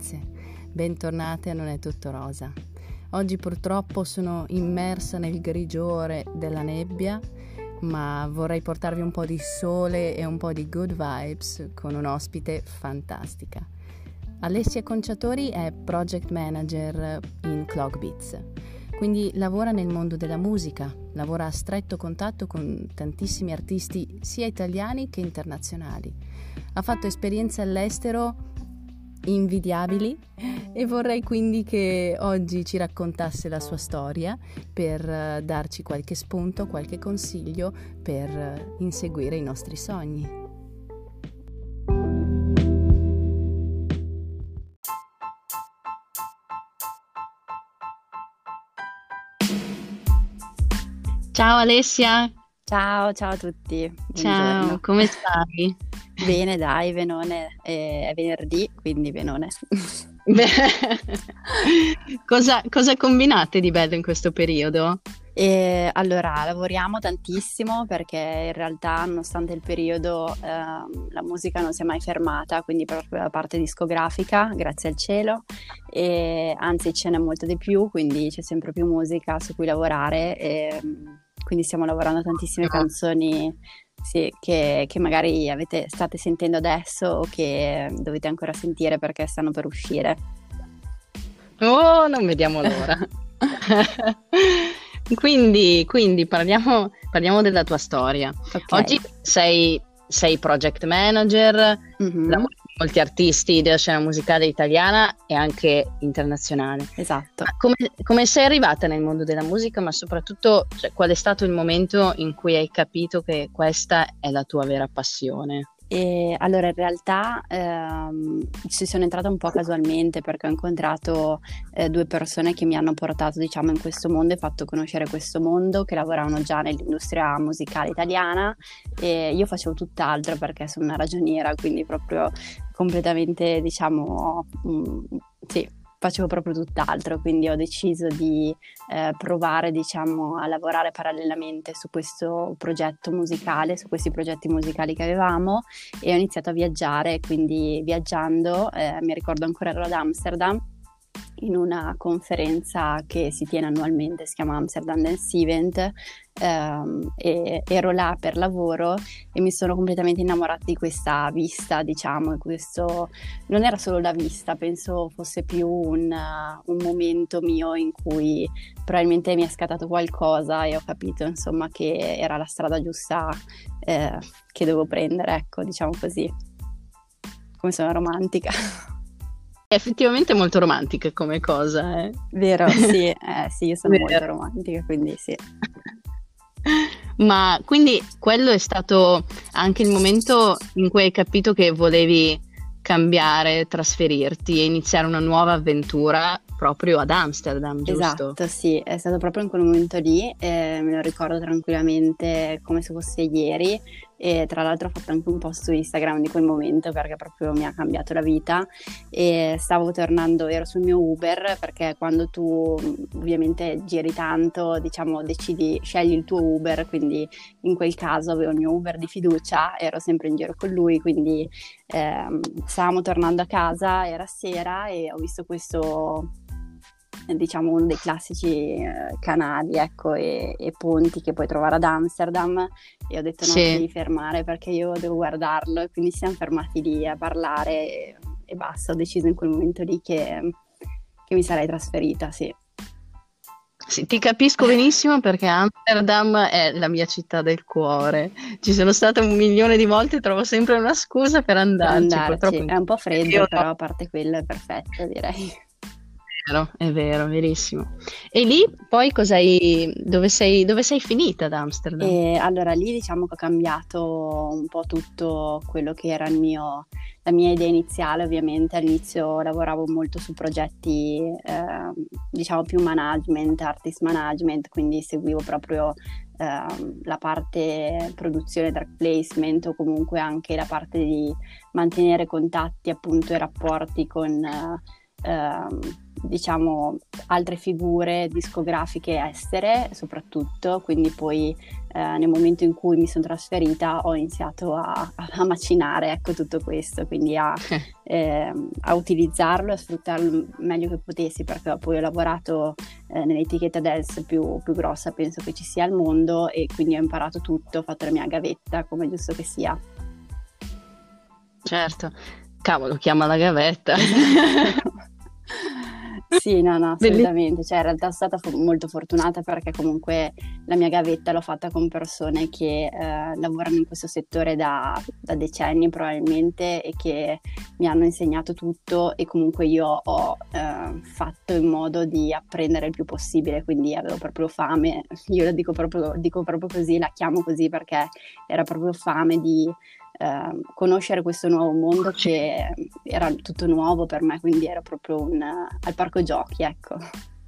ragazze, bentornate a Non è tutto rosa. Oggi purtroppo sono immersa nel grigiore della nebbia, ma vorrei portarvi un po' di sole e un po' di good vibes con un ospite fantastica. Alessia Conciatori è project manager in Clockbeats, quindi lavora nel mondo della musica, lavora a stretto contatto con tantissimi artisti sia italiani che internazionali. Ha fatto esperienze all'estero invidiabili e vorrei quindi che oggi ci raccontasse la sua storia per darci qualche spunto, qualche consiglio per inseguire i nostri sogni. Ciao Alessia! Ciao a tutti, Ciao, buongiorno. come stai? Bene, dai, Venone, è venerdì, quindi Venone. Beh, cosa combinate di bello in questo periodo? E allora, lavoriamo tantissimo perché in realtà, nonostante il periodo, la musica non si è mai fermata, quindi proprio la parte discografica, grazie al cielo, e anzi ce n'è molto di più, quindi c'è sempre più musica su cui lavorare, e quindi stiamo lavorando a tantissime canzoni, sì, che magari state sentendo adesso o che dovete ancora sentire perché stanno per uscire. Oh, non vediamo l'ora. Quindi parliamo della tua storia. Ok. Oggi sei project manager, Mhm. lavori con molti artisti della scena musicale italiana e anche internazionale. Esatto. Ma come sei arrivata nel mondo della musica, ma soprattutto, cioè, qual è stato il momento in cui hai capito che questa è la tua vera passione? E allora in realtà ci sono entrata un po' casualmente perché ho incontrato due persone che mi hanno portato, diciamo, in questo mondo e fatto conoscere questo mondo, che lavoravano già nell'industria musicale italiana, e io facevo tutt'altro perché sono una ragioniera, quindi proprio completamente, diciamo, sì, facevo proprio tutt'altro, quindi ho deciso di provare, diciamo, a lavorare parallelamente su questo progetto musicale, su questi progetti musicali che avevamo, e ho iniziato a viaggiare, quindi viaggiando, mi ricordo ancora ero ad Amsterdam in una conferenza che si tiene annualmente, si chiama Amsterdam Dance Event, e ero là per lavoro e mi sono completamente innamorata di questa vista, diciamo, e questo non era solo la vista, penso fosse più un momento mio in cui probabilmente mi è scattato qualcosa e ho capito, insomma, che era la strada giusta che dovevo prendere, ecco, diciamo così. Come sono romantica. È effettivamente molto romantica come cosa, eh? Vero, sì, sì, io sono Vero. molto romantica, quindi sì. Ma quindi quello è stato anche il momento in cui hai capito che volevi cambiare, trasferirti e iniziare una nuova avventura proprio ad Amsterdam, giusto? Esatto, sì, è stato proprio in quel momento lì, me lo ricordo tranquillamente come se fosse ieri, e tra l'altro ho fatto anche un post su Instagram di quel momento perché proprio mi ha cambiato la vita, e stavo tornando, ero sul mio Uber, perché quando tu ovviamente giri tanto, diciamo, scegli il tuo Uber, quindi in quel caso avevo il mio Uber di fiducia, ero sempre in giro con lui, quindi stavamo tornando a casa, era sera e ho visto questo, diciamo, uno dei classici canali, ecco, e ponti che puoi trovare ad Amsterdam, e ho detto no, Sì. ti devi fermare perché io devo guardarlo, e quindi ci siamo fermati lì a parlare e basta, ho deciso in quel momento lì che mi sarei trasferita, sì. Sì, ti capisco benissimo perché Amsterdam è la mia città del cuore. Ci sono stata 1 milione di volte e trovo sempre una scusa per Per andarci. andarci, Purtroppo in è un po' questo freddo, periodo però a parte quello è perfetto, direi. è vero, verissimo. E lì poi dove sei finita ad Amsterdam? E allora lì diciamo che ho cambiato un po' tutto quello che era la mia idea iniziale. Ovviamente all'inizio lavoravo molto su progetti diciamo più management, artist management, quindi seguivo proprio la parte produzione, track placement, o comunque anche la parte di mantenere contatti, appunto, e rapporti con diciamo, altre figure discografiche estere soprattutto, quindi poi nel momento in cui mi sono trasferita ho iniziato a macinare, ecco, tutto questo, quindi a utilizzarlo e a sfruttarlo il meglio che potessi, perché poi ho lavorato nell'etichetta dance più grossa penso che ci sia al mondo, e quindi ho imparato tutto, ho fatto la mia gavetta come è giusto che sia. Certo, cavolo, chiama la gavetta. Sì, no, Bellissimo. assolutamente. Cioè, in realtà sono stata molto fortunata, perché comunque la mia gavetta l'ho fatta con persone che lavorano in questo settore da decenni probabilmente, e che mi hanno insegnato tutto, e comunque io ho fatto in modo di apprendere il più possibile, quindi avevo proprio fame, io la dico proprio così, la chiamo così perché era proprio fame di conoscere questo nuovo mondo, che era tutto nuovo per me, quindi era proprio al parco giochi, ecco.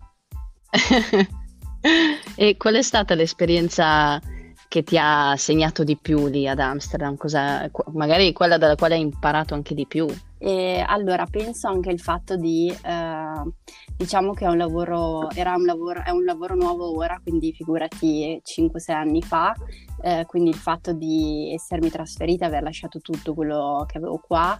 E qual è stata l'esperienza che ti ha segnato di più lì ad Amsterdam? Magari quella dalla quale hai imparato anche di più? E allora penso anche il fatto di diciamo che è un lavoro nuovo ora, quindi figurati 5-6 anni fa, quindi il fatto di essermi trasferita, aver lasciato tutto quello che avevo qua,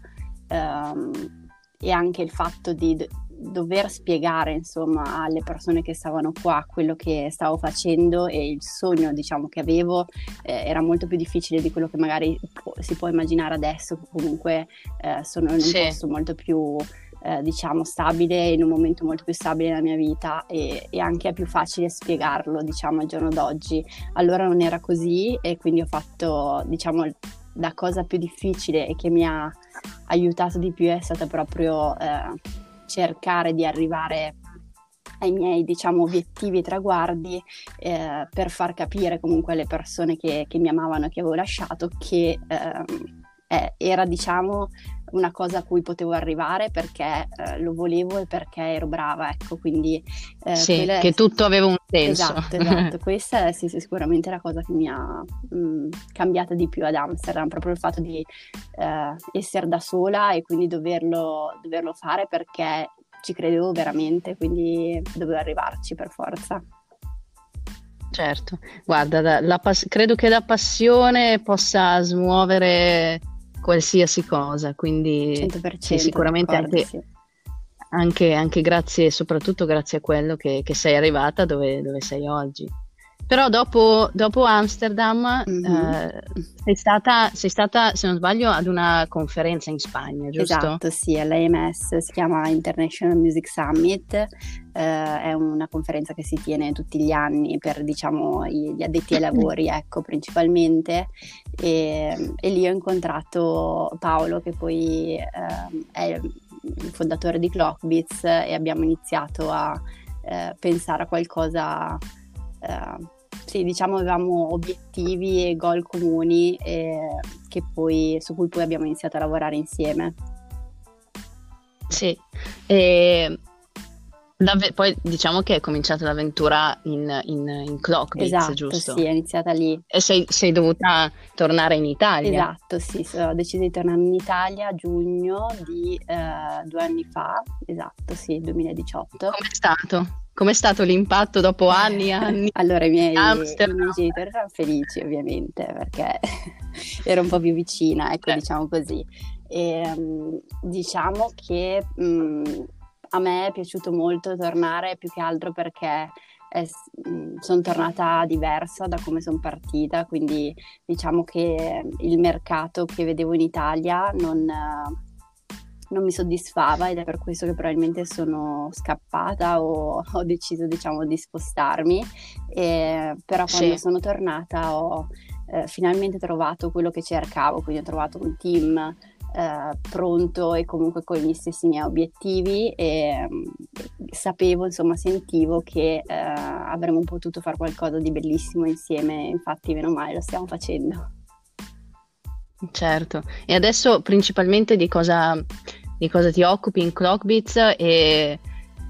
e anche il fatto di dover spiegare insomma alle persone che stavano qua quello che stavo facendo, e il sogno diciamo che avevo era molto più difficile di quello che magari si può immaginare adesso, che comunque sono in un posto molto più diciamo stabile, in un momento molto più stabile nella mia vita, e anche è più facile spiegarlo diciamo al giorno d'oggi. Allora non era così, e quindi ho fatto, diciamo, la cosa più difficile e che mi ha aiutato di più è stata proprio cercare di arrivare ai miei, diciamo, obiettivi e traguardi, per far capire comunque alle persone che mi amavano e che avevo lasciato che era, diciamo, una cosa a cui potevo arrivare perché lo volevo e perché ero brava, ecco, quindi che tutto aveva un senso. Esatto, questa è sicuramente la cosa che mi ha cambiata di più ad Amsterdam, proprio il fatto di essere da sola e quindi doverlo fare perché ci credevo veramente, quindi dovevo arrivarci per forza. Certo, guarda, credo che la passione possa smuovere qualsiasi cosa, quindi 100% sì, sicuramente anche grazie, soprattutto grazie a quello che sei arrivata dove sei oggi. Però dopo Amsterdam sei stata, se non sbaglio, ad una conferenza in Spagna, giusto? Esatto, sì, all'AMS, si chiama International Music Summit, è una conferenza che si tiene tutti gli anni per, diciamo, gli addetti ai lavori, ecco, principalmente, e lì ho incontrato Paolo, che poi è il fondatore di Clockbeats, e abbiamo iniziato a pensare a qualcosa. Sì, diciamo avevamo obiettivi e goal comuni su cui poi abbiamo iniziato a lavorare insieme. Sì, poi diciamo che è cominciata l'avventura in Clockbeats, esatto, giusto? Sì, è iniziata lì. E sei dovuta tornare in Italia. Esatto, sì, ho deciso di tornare in Italia a giugno di 2 anni fa, esatto, sì, 2018. Com'è stato l'impatto dopo anni e anni? Allora, i miei genitori erano felici ovviamente perché ero un po' più vicina, ecco, diciamo così. E diciamo che a me è piaciuto molto tornare, più che altro perché sono tornata diversa da come sono partita, quindi diciamo che il mercato che vedevo in Italia non mi soddisfava, ed è per questo che probabilmente sono scappata o ho deciso, diciamo, di spostarmi, però quando sono tornata ho finalmente trovato quello che cercavo, quindi ho trovato un team pronto e comunque con gli stessi miei obiettivi, e sapevo, insomma, sentivo che avremmo potuto fare qualcosa di bellissimo insieme, infatti meno male lo stiamo facendo. Certo, e adesso principalmente di cosa ti occupi in Clockbeats, e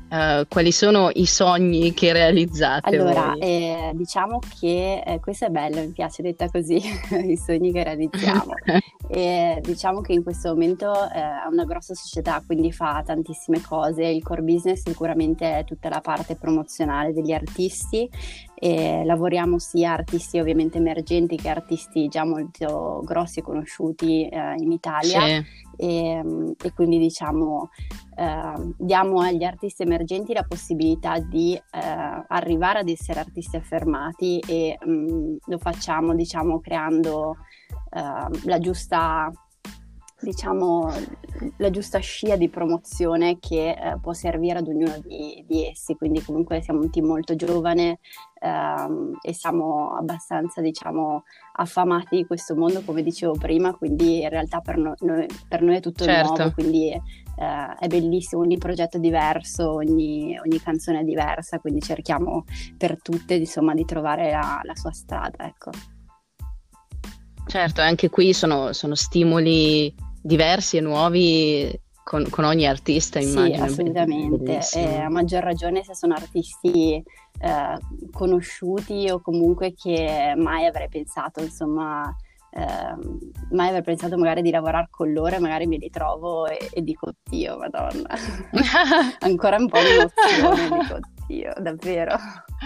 quali sono i sogni che realizzate Allora, voi? diciamo che questo è bello, mi piace detta così, i sogni che realizziamo. E diciamo che in questo momento è una grossa società, quindi fa tantissime cose. Il core business sicuramente è tutta la parte promozionale degli artisti. E lavoriamo sia artisti ovviamente emergenti che artisti già molto grossi e conosciuti in Italia. Sì, E quindi diciamo diamo agli artisti emergenti la possibilità di arrivare ad essere artisti affermati e lo facciamo diciamo creando la giusta diciamo la giusta scia di promozione che può servire ad ognuno di essi, quindi comunque siamo un team molto giovane e siamo abbastanza diciamo affamati di questo mondo come dicevo prima, quindi in realtà per noi è tutto certo. nuovo, quindi è bellissimo, ogni progetto è diverso, ogni canzone è diversa, quindi cerchiamo per tutte insomma di trovare la sua strada, ecco. Certo, anche qui sono stimoli diversi e nuovi con ogni artista, Sì, immagino, è assolutamente. A bellissimo. maggior ragione se sono artisti conosciuti o comunque che mai avrei pensato, insomma, mai avrei pensato magari di lavorare con loro e magari mi ritrovo e dico, oddio, Madonna, ancora un po' di emozione, dico, oddio, davvero.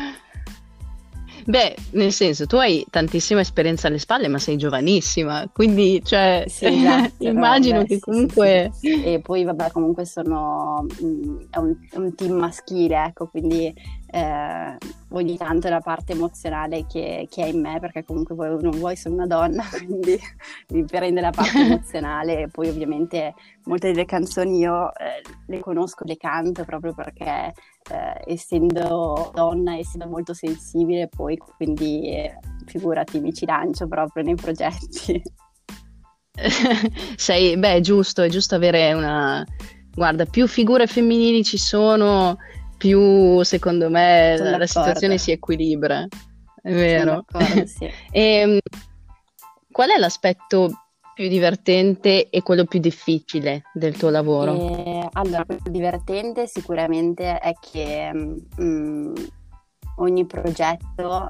Beh, nel senso, tu hai tantissima esperienza alle spalle, ma sei giovanissima, quindi, cioè, Sì, esatto, no, immagino beh, che sì, comunque... sì. E poi vabbè, comunque è un team maschile, ecco, quindi ogni tanto la parte emozionale che è in me, perché comunque non vuoi, sono una donna, quindi mi prende la parte emozionale e poi ovviamente molte delle canzoni io le conosco, le canto proprio perché essendo donna, essendo molto sensibile, poi quindi figurati, mi ci lancio proprio nei progetti. Beh, è giusto avere una... Guarda, più figure femminili ci sono, più secondo me Sono la situazione d'accordo, si equilibra, è sono vero. d'accordo, sì. E, qual è l'aspetto più divertente e quello più difficile del tuo lavoro? Allora, quello divertente sicuramente è che ogni progetto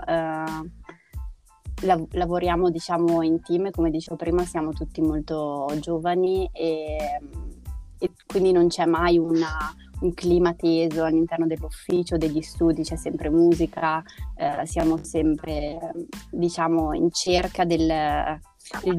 lavoriamo diciamo in team e come dicevo prima siamo tutti molto giovani e quindi non c'è mai un clima teso all'interno dell'ufficio, degli studi, c'è sempre musica, siamo sempre diciamo in cerca del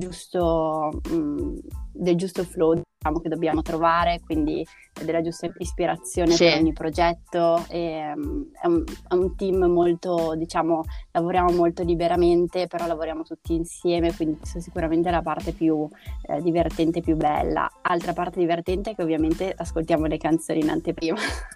giusto flow diciamo, che dobbiamo trovare, quindi della giusta ispirazione Sì. per ogni progetto. È un team molto, diciamo, lavoriamo molto liberamente, però lavoriamo tutti insieme, quindi questa sicuramente è la parte più divertente, più bella. Altra parte divertente è che ovviamente ascoltiamo le canzoni in anteprima.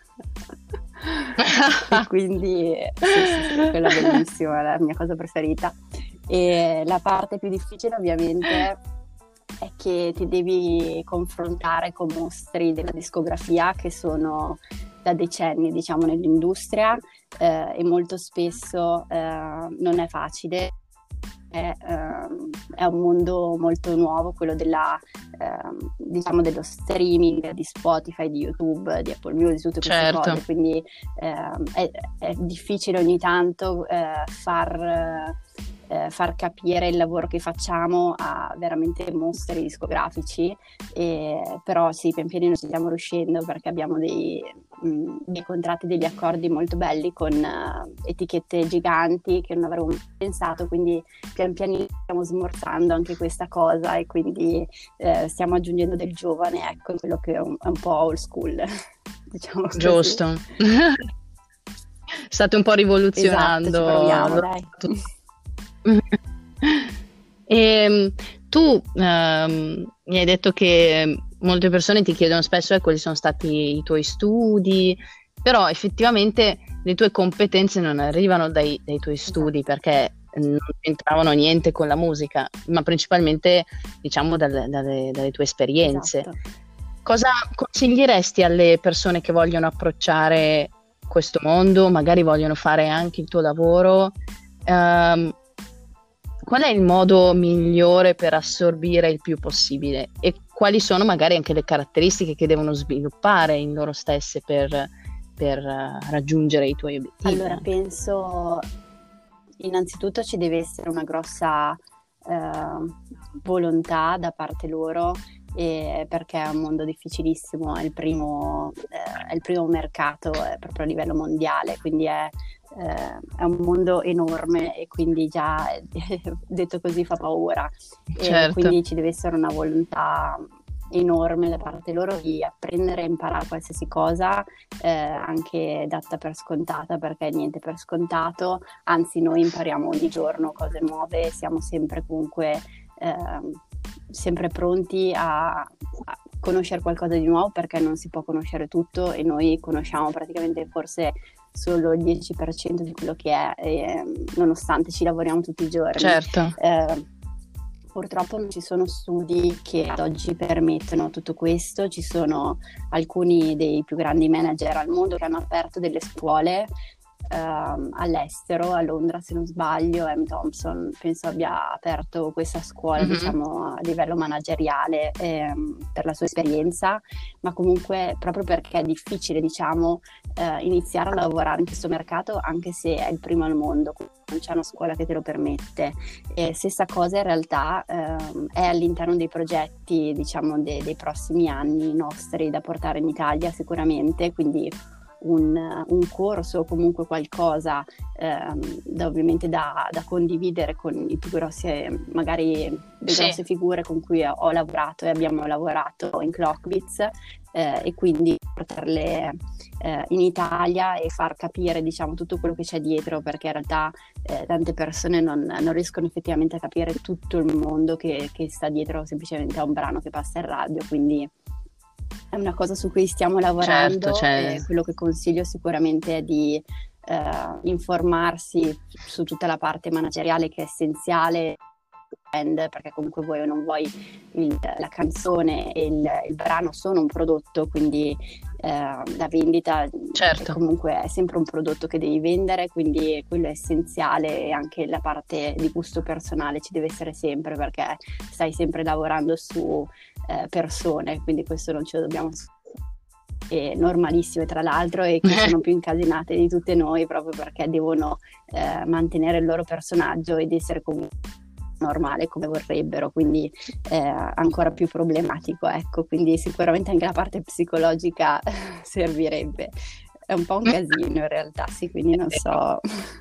E quindi sì, quella è bellissima, è la mia cosa preferita. E la parte più difficile ovviamente è che ti devi confrontare con mostri della discografia che sono da decenni, diciamo, nell'industria e molto spesso non è facile. È un mondo molto nuovo, quello diciamo dello streaming, di Spotify, di YouTube, di Apple Music, tutte queste Certo. cose, quindi è difficile ogni tanto far capire il lavoro che facciamo a veramente mostri discografici, però sì, pian pianino ci stiamo riuscendo perché abbiamo dei contratti, degli accordi molto belli con etichette giganti che non avremmo mai pensato, quindi pian pianino stiamo smorzando anche questa cosa e quindi stiamo aggiungendo del giovane, ecco, quello che è un po' old school, diciamo così. Giusto. State un po' rivoluzionando. Esatto, ci proviamo, dai. E tu mi hai detto che molte persone ti chiedono spesso quali sono stati i tuoi studi, però effettivamente le tue competenze non arrivano dai tuoi studi perché non c'entravano niente con la musica, ma principalmente diciamo dalle tue esperienze. Esatto. Cosa consiglieresti alle persone che vogliono approcciare questo mondo, magari vogliono fare anche il tuo lavoro? Qual è il modo migliore per assorbire il più possibile e quali sono magari anche le caratteristiche che devono sviluppare in loro stesse per per raggiungere i tuoi obiettivi? Allora, penso innanzitutto ci deve essere una grossa volontà da parte loro, perché è un mondo difficilissimo, è il primo mercato proprio a livello mondiale, quindi è un mondo enorme e quindi già detto così fa paura. Certo. Quindi ci deve essere una volontà enorme da parte loro di apprendere e imparare qualsiasi cosa, anche data per scontata, perché niente per scontato, anzi noi impariamo ogni giorno cose nuove, siamo sempre comunque sempre pronti a conoscere qualcosa di nuovo, perché non si può conoscere tutto e noi conosciamo praticamente forse solo il 10% di quello che è, nonostante ci lavoriamo tutti i giorni. Certo. Purtroppo non ci sono studi che ad oggi permettono tutto questo, ci sono alcuni dei più grandi manager al mondo che hanno aperto delle scuole all'estero, a Londra se non sbaglio, M. Thompson penso abbia aperto questa scuola diciamo a livello manageriale per la sua esperienza, ma comunque proprio perché è difficile diciamo iniziare a lavorare in questo mercato anche se è il primo al mondo, non c'è una scuola che te lo permette. E stessa cosa in realtà è all'interno dei progetti diciamo dei prossimi anni nostri da portare in Italia sicuramente, quindi un corso o comunque qualcosa ovviamente da condividere con i più grossi, magari le grosse figure con cui ho lavorato e abbiamo lavorato in Clockbits, e quindi portarle in Italia e far capire diciamo tutto quello che c'è dietro, perché in realtà tante persone non riescono effettivamente a capire tutto il mondo che sta dietro semplicemente a un brano che passa in radio, quindi è una cosa su cui stiamo lavorando. E quello che consiglio sicuramente è di informarsi su tutta la parte manageriale che è essenziale, perché comunque vuoi o non vuoi la canzone e il brano sono un prodotto, quindi la vendita è comunque è sempre un prodotto che devi vendere, quindi quello è essenziale, e anche la parte di gusto personale ci deve essere sempre, perché stai sempre lavorando su persone, quindi questo non ce lo dobbiamo normalissime tra l'altro, e che sono più incasinate di tutte noi proprio perché devono mantenere il loro personaggio ed essere comunque normale come vorrebbero, quindi ancora più problematico, ecco, quindi sicuramente anche la parte psicologica servirebbe, è un po' un casino in realtà, sì, quindi non so,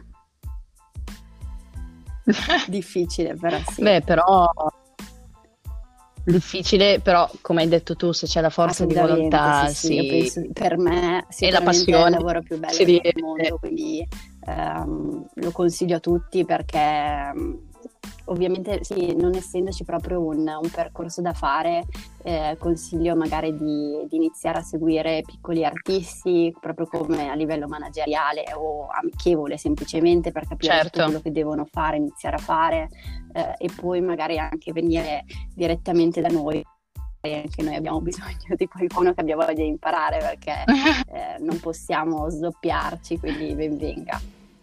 difficile però sì. Beh, però difficile, però come hai detto tu, se c'è la forza di volontà, sì, io penso, per me e la passione, è il lavoro più bello del mondo, quindi lo consiglio a tutti, perché ovviamente sì, non essendoci proprio un percorso da fare, consiglio magari di iniziare a seguire piccoli artisti, proprio come a livello manageriale o amichevole, semplicemente per capire tutto quello che devono fare, iniziare a fare, e poi magari anche venire direttamente da noi. Anche noi abbiamo bisogno di qualcuno che abbia voglia di imparare, perché non possiamo sdoppiarci, quindi ben venga.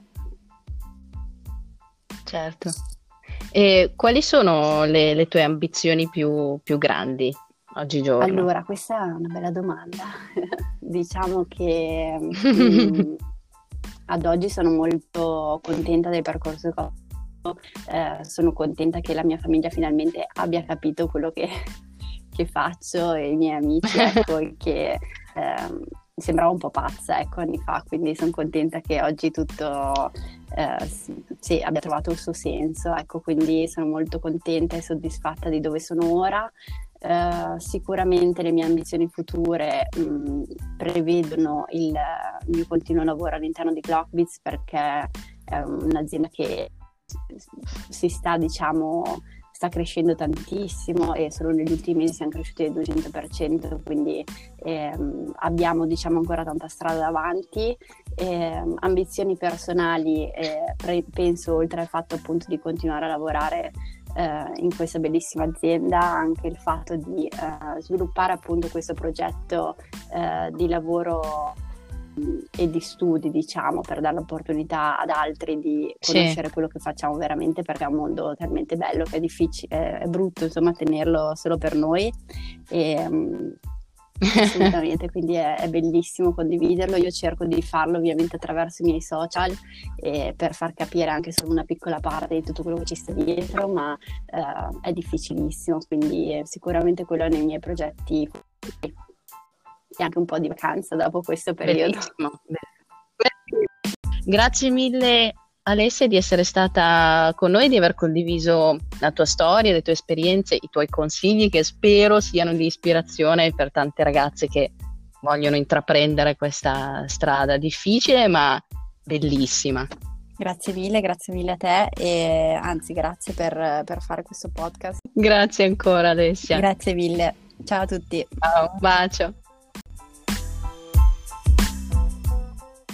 Certo. E quali sono le tue ambizioni più grandi oggigiorno? Allora, questa è una bella domanda. Diciamo che ad oggi sono molto contenta del percorso che ho fatto, sono contenta che la mia famiglia finalmente abbia capito quello che faccio, e i miei amici, ecco, che mi sembrava un po' pazza, ecco, anni fa, quindi sono contenta che oggi tutto sì, abbia trovato il suo senso, ecco, quindi sono molto contenta e soddisfatta di dove sono ora. Sicuramente le mie ambizioni future prevedono il mio continuo lavoro all'interno di Clockbits, perché è un'azienda che si sta, diciamo, sta crescendo tantissimo, e solo negli ultimi mesi siamo cresciuti del 200%, quindi abbiamo, diciamo, ancora tanta strada davanti. Ambizioni personali, penso, oltre al fatto appunto di continuare a lavorare in questa bellissima azienda, anche il fatto di sviluppare appunto questo progetto di lavoro e di studi, diciamo, per dare l'opportunità ad altri di conoscere quello che facciamo veramente, perché è un mondo talmente bello che è difficile, è brutto insomma tenerlo solo per noi, Assolutamente, quindi è bellissimo condividerlo. Io cerco di farlo ovviamente attraverso i miei social per far capire anche solo una piccola parte di tutto quello che ci sta dietro, ma è difficilissimo, quindi sicuramente quello è nei miei progetti e anche un po' di vacanza dopo questo periodo. Bellissimo. Grazie mille Alessia di essere stata con noi, di aver condiviso la tua storia, le tue esperienze, i tuoi consigli che spero siano di ispirazione per tante ragazze che vogliono intraprendere questa strada difficile ma bellissima. Grazie mille a te e anzi grazie per fare questo podcast. Grazie ancora Alessia. Grazie mille, ciao a tutti. Ciao, un bacio.